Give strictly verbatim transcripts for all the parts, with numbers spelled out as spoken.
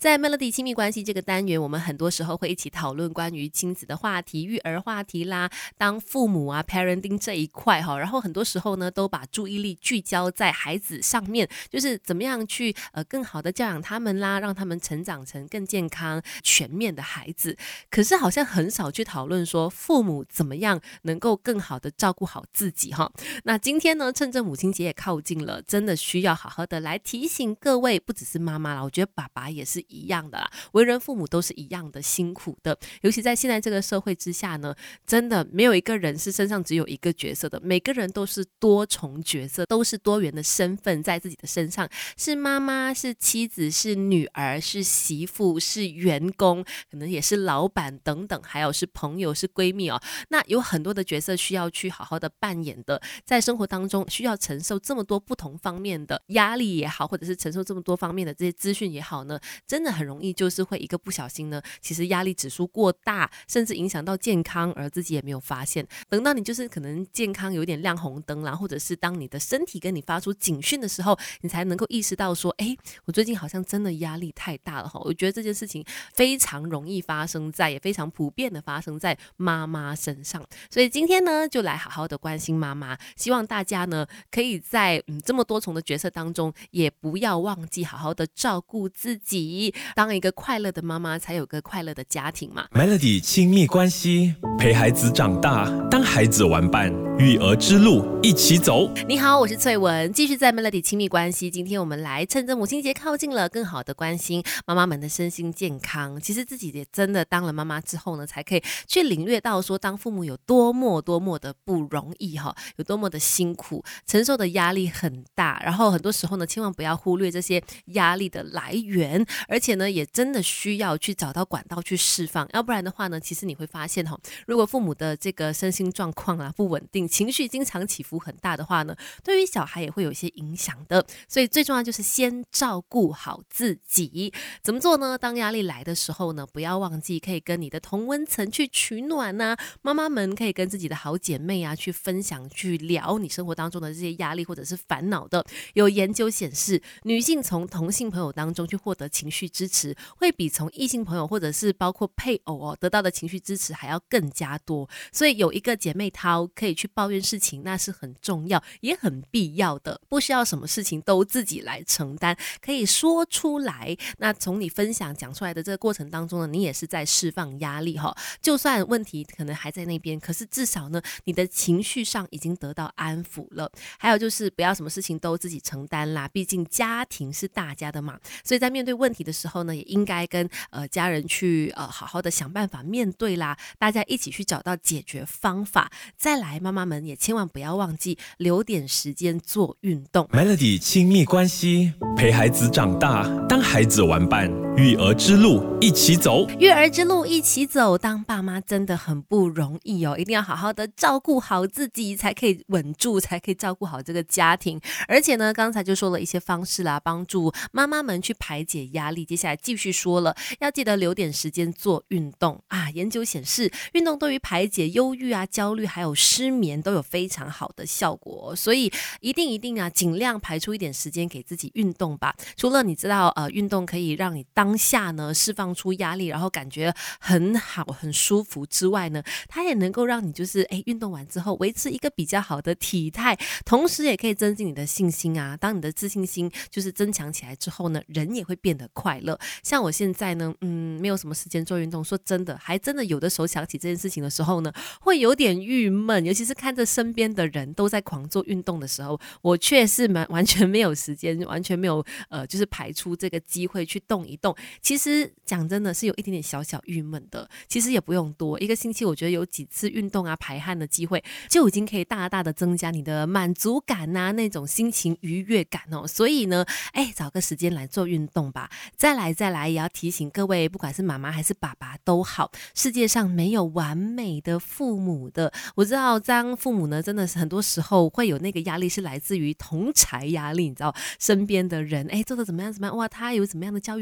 在 Melody 亲密关系这个单元，我们很多时候会一起讨论关于亲子的话题、育儿话题啦，当父母啊 parenting 这一块哈，然后很多时候呢都把注意力聚焦在孩子上面，就是怎么样去呃更好的教养他们啦，让他们成长成更健康全面的孩子。可是好像很少去讨论说父母怎么样能够更好的照顾好自己哈。那今天呢，趁着母亲节也靠近了，真的需要好好的来提醒各位，不只是妈妈啦，我觉得爸爸也是一样的啦，为人父母都是一样的辛苦的。尤其在现在这个社会之下呢，真的没有一个人是身上只有一个角色的，每个人都是多重角色，都是多元的身份在自己的身上，是妈妈，是妻子，是女儿，是媳妇，是员工，可能也是老板等等，还有是朋友，是闺蜜哦。那有很多的角色需要去好好的扮演的，在生活当中需要承受这么多不同方面的压力也好，或者是承受这么多方面的这些资讯也好呢，真的很容易就是会一个不小心呢，其实压力指数过大，甚至影响到健康，而自己也没有发现。等到你就是可能健康有点亮红灯啦，或者是当你的身体跟你发出警讯的时候，你才能够意识到说，哎，我最近好像真的压力太大了哈。我觉得这件事情非常容易发生在，也非常普遍的发生在妈妈身上。所以今天呢，就来好好的关心妈妈，希望大家呢可以在嗯这么多重的角色当中，也不要忘记好好的照顾自己，当一个快乐的妈妈，才有个快乐的家庭嘛。 Melody 亲密关系，陪孩子长大，当孩子玩伴，育儿之路一起走。 你好，我是翠文，继续在 Melody 亲密关系。今天我们来趁着母亲节靠近了，更好的关心妈妈们的身心健康。其实自己也真的当了妈妈之后呢，才可以去领略到说当父母有多么多么的不容易哈，有多么的辛苦，承受的压力很大。然后很多时候呢，千万不要忽略这些压力的来源，而且呢，也真的需要去找到管道去释放。要不然的话呢，其实你会发现哈，如果父母的这个身心状况啊不稳定，情绪经常起伏很大的话呢，对于小孩也会有一些影响的。所以最重要就是先照顾好自己。怎么做呢？当压力来的时候呢，不要忘记可以跟你的同温层去取暖啊。妈妈们可以跟自己的好姐妹啊去分享，去聊你生活当中的这些压力或者是烦恼的。有研究显示，女性从同性朋友当中去获得情绪支持，会比从异性朋友或者是包括配偶哦得到的情绪支持还要更加多。所以有一个姐妹淘可以去抱怨事情，那是很重要也很必要的，不需要什么事情都自己来承担，可以说出来。那从你分享讲出来的这个过程当中呢，你也是在释放压力哈。就算问题可能还在那边，可是至少呢，你的情绪上已经得到安抚了。还有就是不要什么事情都自己承担啦，毕竟家庭是大家的嘛。所以在面对问题的时候呢，也应该跟呃家人去呃好好的想办法面对啦，大家一起去找到解决方法。再来，妈妈们也千万不要忘记留点时间做运动。 Melody 亲密关系，陪孩子长大，当孩子玩伴，育儿之路一起走。 育儿之路一起走，当爸妈真的很不容易哦，一定要好好的照顾好自己，才可以稳住，才可以照顾好这个家庭。而且呢，刚才就说了一些方式啦，帮助妈妈们去排解压力。接下来继续说了，要记得留点时间做运动啊。研究显示，运动对于排解忧郁啊、焦虑还有失眠都有非常好的效果，所以一定一定啊，尽量排出一点时间给自己运动吧。除了你知道呃，运动可以让你当下呢释放出压力，然后感觉很好很舒服之外呢，它也能够让你就是哎运动完之后维持一个比较好的体态，同时也可以增进你的信心啊。当你的自信心就是增强起来之后呢，人也会变得快乐。像我现在呢，嗯，没有什么时间做运动，说真的，还真的有的时候想起这件事情的时候呢，会有点郁闷，尤其是看着身边的人都在狂做运动的时候，我却是完全没有时间，完全没有呃，就是排出这个机会去动一动。其实讲真的是有一点点小小郁闷的，其实也不用多，一个星期我觉得有几次运动啊、排汗的机会，就已经可以大大的增加你的满足感啊，那种心情愉悦感哦。所以呢，哎，找个时间来做运动吧。再来再来，也要提醒各位，不管是妈妈还是爸爸都好，世界上没有完美的父母的。我知道当父母呢，真的是很多时候会有那个压力，是来自于同侪压力，你知道身边的人哎做的怎么样怎么样，哇，他有怎么样的教育方法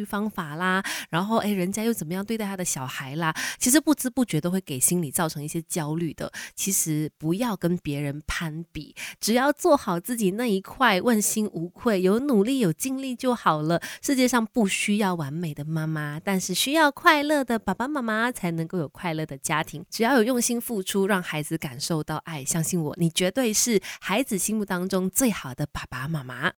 法啦，然后诶人家又怎么样对待他的小孩啦，其实不知不觉都会给心理造成一些焦虑的。其实不要跟别人攀比，只要做好自己那一块，问心无愧，有努力有尽力就好了。世界上不需要完美的妈妈，但是需要快乐的爸爸妈妈，才能够有快乐的家庭。只要有用心付出，让孩子感受到爱，相信我，你绝对是孩子心目当中最好的爸爸妈妈。